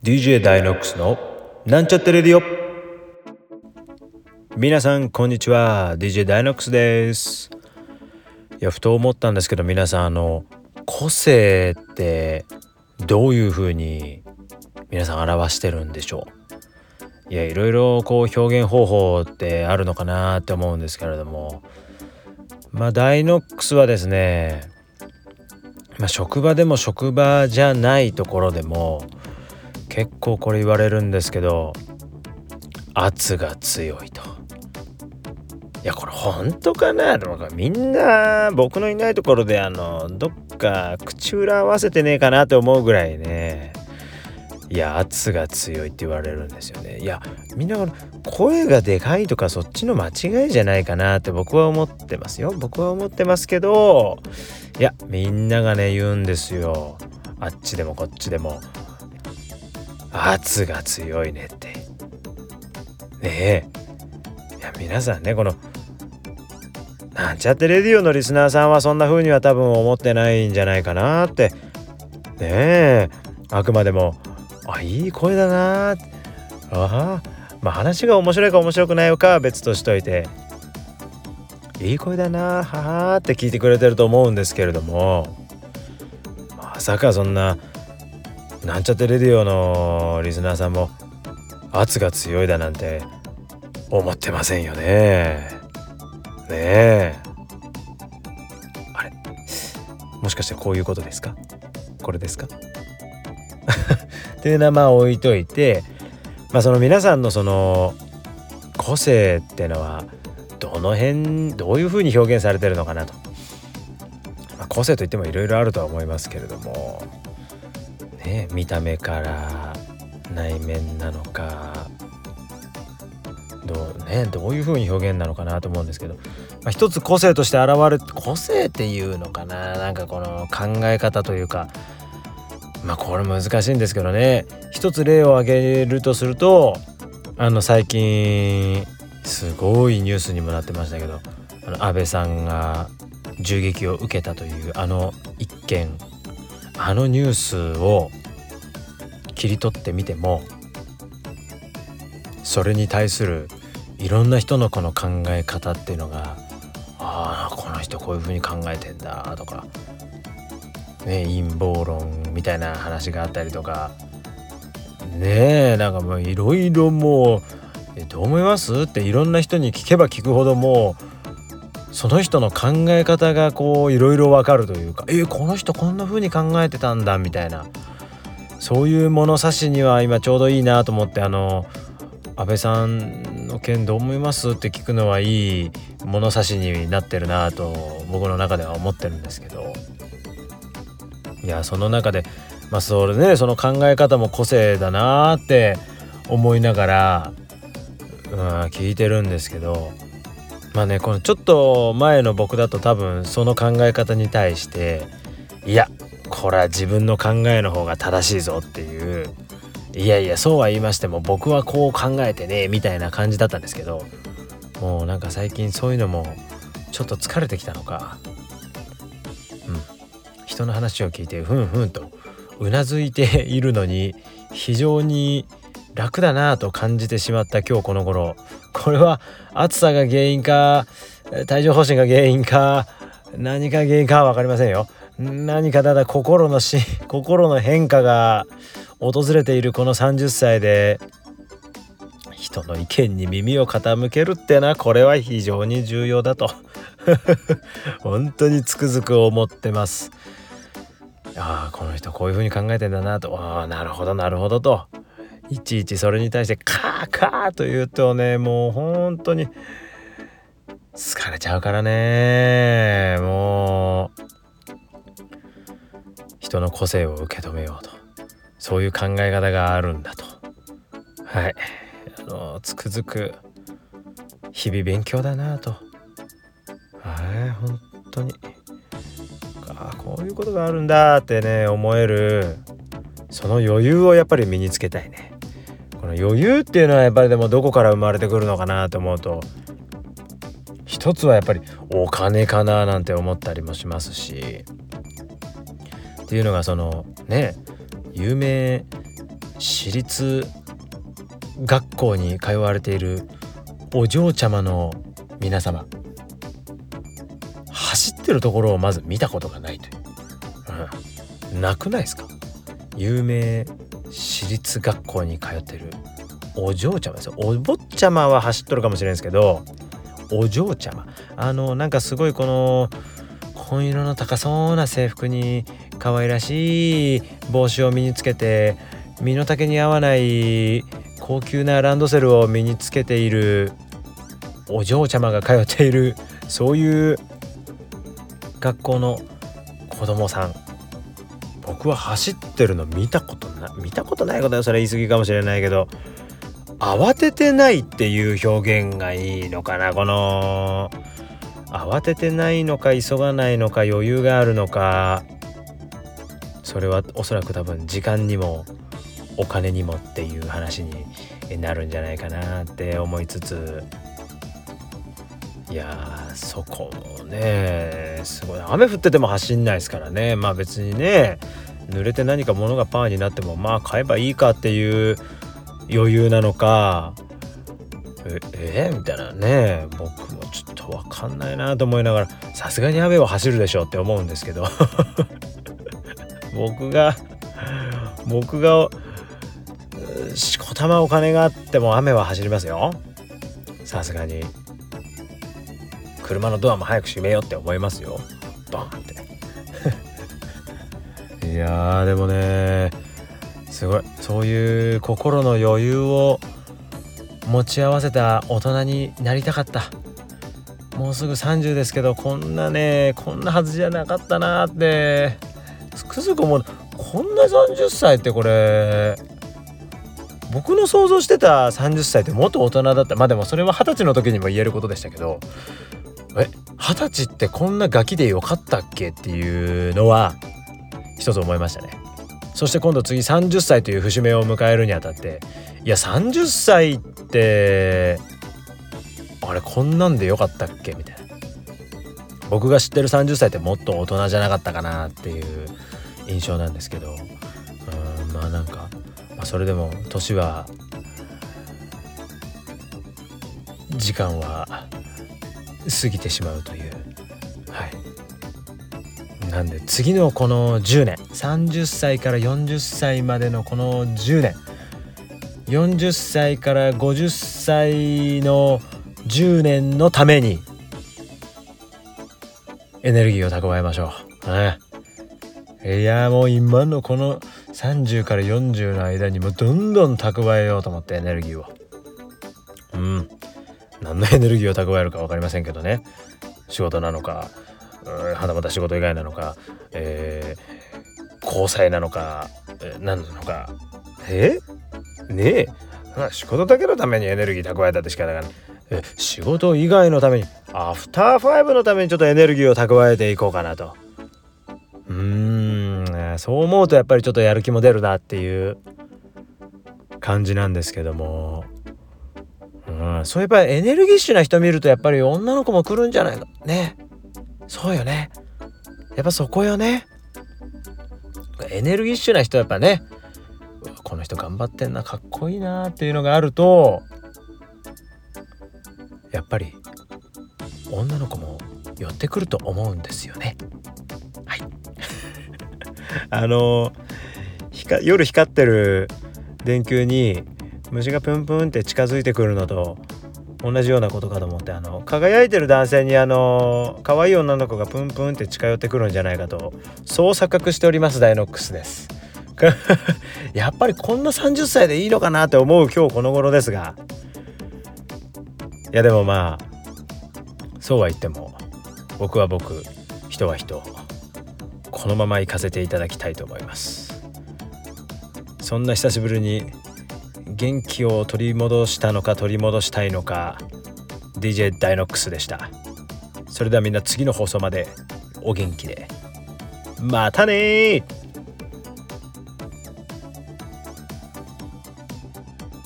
DJ ダイノックスのなんちゃってレディオ。皆さんこんにちは、 DJ ダイノックスです。いや、ふと思ったんですけど、皆さん個性ってどういう風に皆さん表してるんでしょう。いや、いろいろこう表現方法ってあるのかなって思うんですけれども、ダイノックスはですね、職場でも職場じゃないところでも結構これ言われるんですけど、圧が強いと。いや、これ本当かなとか、みんな僕のいないところでどっか口裏合わせてねえかなと思うぐらいね、いや圧が強いって言われるんですよね。いや、みんな声がでかいとかそっちの間違いじゃないかなって僕は思ってますよ。僕は思ってますけど、いやみんながね言うんですよ。あっちでもこっちでも圧が強いねってねえ。いや皆さんね、このなんちゃってレディオのリスナーさんはそんな風には多分思ってないんじゃないかなってねえ。あくまでもいい声だな話が面白いか面白くないかは別としといて、いい声だなははって聞いてくれてると思うんですけれども、まさかそんななんちゃってレディオのリスナーさんも圧が強いだなんて思ってませんよね。ねえ、あれ、もしかしてこういうことですか、これですかっていうのは置いといて、その皆さんのその個性ってのはどの辺どういう風に表現されてるのかなと。個性といってもいろいろあるとは思いますけれどもね、見た目から内面なのかどういう風に表現なのかなと思うんですけど、一つ個性として現れる個性っていうのかな、なんかこの考え方というか、これ難しいんですけどね。一つ例を挙げるとすると、最近すごいニュースにもなってましたけど、安倍さんが銃撃を受けたという一件、ニュースを切り取ってみても、それに対するいろんな人のこの考え方っていうのが、この人こういう風に考えてんだとかね、陰謀論みたいな話があったりとかね、なんかもういろいろ、もうどう思いますっていろんな人に聞けば聞くほど、もうその人の考え方がこういろいろわかるというか、この人こんな風に考えてたんだみたいな、そういう物差しには今ちょうどいいなと思って、安倍さんの件どう思いますって聞くのはいい物差しになってるなと僕の中では思ってるんですけど、いやその中でそれね、その考え方も個性だなって思いながら、聞いてるんですけど、このちょっと前の僕だと多分その考え方に対して、いやこれは自分の考えの方が正しいぞっていう、いやそうは言いましても僕はこう考えてねみたいな感じだったんですけど、もうなんか最近そういうのもちょっと疲れてきたのか、人の話を聞いてふんふんとうなずいているのに非常に楽だなと感じてしまった今日この頃。これは暑さが原因か帯状疱疹が原因か何か原因かは分かりませんよ。何かただ心の変化が訪れているこの30歳で、人の意見に耳を傾けるってのはこれは非常に重要だと本当につくづく思ってます。この人こういう風に考えてんだなと、なるほどと、いちいちそれに対してカーと言うとね、もう本当に疲れちゃうからね。もう人の個性を受け止めようと、そういう考え方があるんだと、つくづく日々勉強だなと、本当にこういうことがあるんだってね思える、その余裕をやっぱり身につけたいね。この余裕っていうのはやっぱりでもどこから生まれてくるのかなと思うと、一つはやっぱりお金かななんて思ったりもしますし、っていうのがそのね、有名私立学校に通われているお嬢ちゃまの皆様、走ってるところをまず見たことがないという、なくないですか？有名私立学校に通ってるお嬢ちゃまですよ。お坊ちゃまは走っとるかもしれないですけど、お嬢ちゃま、なんかすごいこの紺色の高そうな制服に可愛らしい帽子を身につけて、身の丈に合わない高級なランドセルを身につけているお嬢ちゃまが通っている、そういう学校の子供さん、僕は走ってるの見たことないことはそれ言い過ぎかもしれないけど、慌ててないっていう表現がいいのかな。この慌ててないのか急がないのか余裕があるのか、それはおそらく多分時間にもお金にもっていう話になるんじゃないかなって思いつつ、いやそこもねすごい、雨降ってても走んないですからね。まあ別にね、濡れて何か物がパーになってもまあ買えばいいかっていう余裕なのか、みたいなね、僕もちょっと分かんないなと思いながら、さすがに雨は走るでしょって思うんですけど僕がしこたまお金があっても雨は走りますよ。さすがに車のドアも早く閉めようって思いますよ、バーンっていやでもね、すごいそういう心の余裕を持ち合わせた大人になりたかった。もうすぐ30ですけど、こんなはずじゃなかったなってつくづく思う。こんな30歳ってこれ僕の想像してた30歳ってもっと大人だった。まあでもそれは20歳の時にも言えることでしたけど、20歳ってこんなガキでよかったっけっていうのは一つ思いましたね。そして今度次30歳という節目を迎えるにあたって、いや30歳ってあれこんなんでよかったっけみたいな。僕が知ってる30歳ってもっと大人じゃなかったかなっていう印象なんですけど、まあなんか、それでも年は時間は過ぎてしまうという、なんで次のこの10年、30歳から40歳までのこの10年、40歳から50歳の10年のためにエネルギーを蓄えましょう、いやもう今のこの30から40の間にもどんどん蓄えようと思って、エネルギーを何のエネルギーを蓄えるか分かりませんけどね、仕事なのか、はたまた仕事以外なのか、交際なのか、何なのか、仕事だけのためにエネルギー蓄えたって仕方がない。仕事以外のために、アフターファイブのためにちょっとエネルギーを蓄えていこうかなと。そう思うとやっぱりちょっとやる気も出るなっていう感じなんですけども、そういえばエネルギッシュな人見るとやっぱり女の子も来るんじゃないかね。そうよね、やっぱそこよね。エネルギッシュな人はやっぱね、この人頑張ってんな、かっこいいなっていうのがあると、やっぱり女の子も寄ってくると思うんですよね。夜光ってる電球に虫がプンプンって近づいてくるのと同じようなことかと思って、輝いてる男性に可愛い女の子がプンプンって近寄ってくるんじゃないかと、そう錯覚しております。ダイノックスですやっぱりこんな30歳でいいのかなって思う今日この頃ですが、いやでもまあそうは言っても僕は僕、人は人、このまま行かせていただきたいと思います。そんな久しぶりに元気を取り戻したのか取り戻したいのか、 DJ ダイノックスでした。それではみんな次の放送までお元気で、またねー。